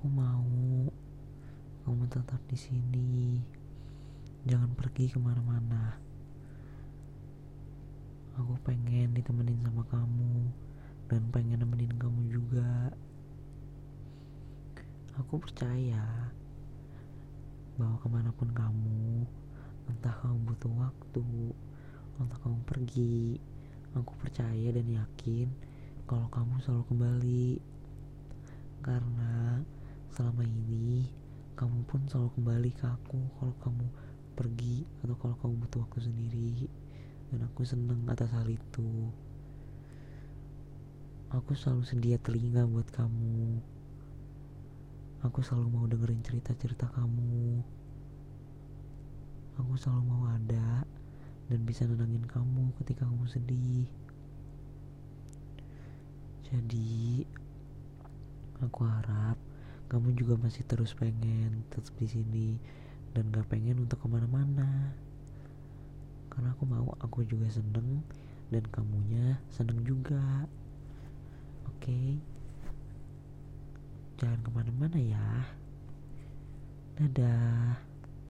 Aku mau kamu tetap di sini. Jangan pergi kemana-mana. Aku pengen ditemenin sama kamu dan pengen nemenin kamu juga. Aku percaya bahwa kemanapun kamu, entah kamu butuh waktu, entah kamu pergi, aku percaya dan yakin kalau kamu selalu kembali. Karena selama ini kamu pun selalu kembali ke aku kalau kamu pergi atau kalau kamu butuh waktu sendiri. Dan aku seneng atas hal itu. Aku selalu sedia telinga buat kamu. Aku selalu mau dengerin cerita-cerita kamu. Aku selalu mau ada dan bisa nenangin kamu ketika kamu sedih. Jadi, aku harap kamu juga masih terus pengen tetap di sini dan gak pengen untuk kemana-mana. Karena aku mau aku juga seneng dan kamunya seneng juga. Oke? Jangan kemana-mana ya. Dadah.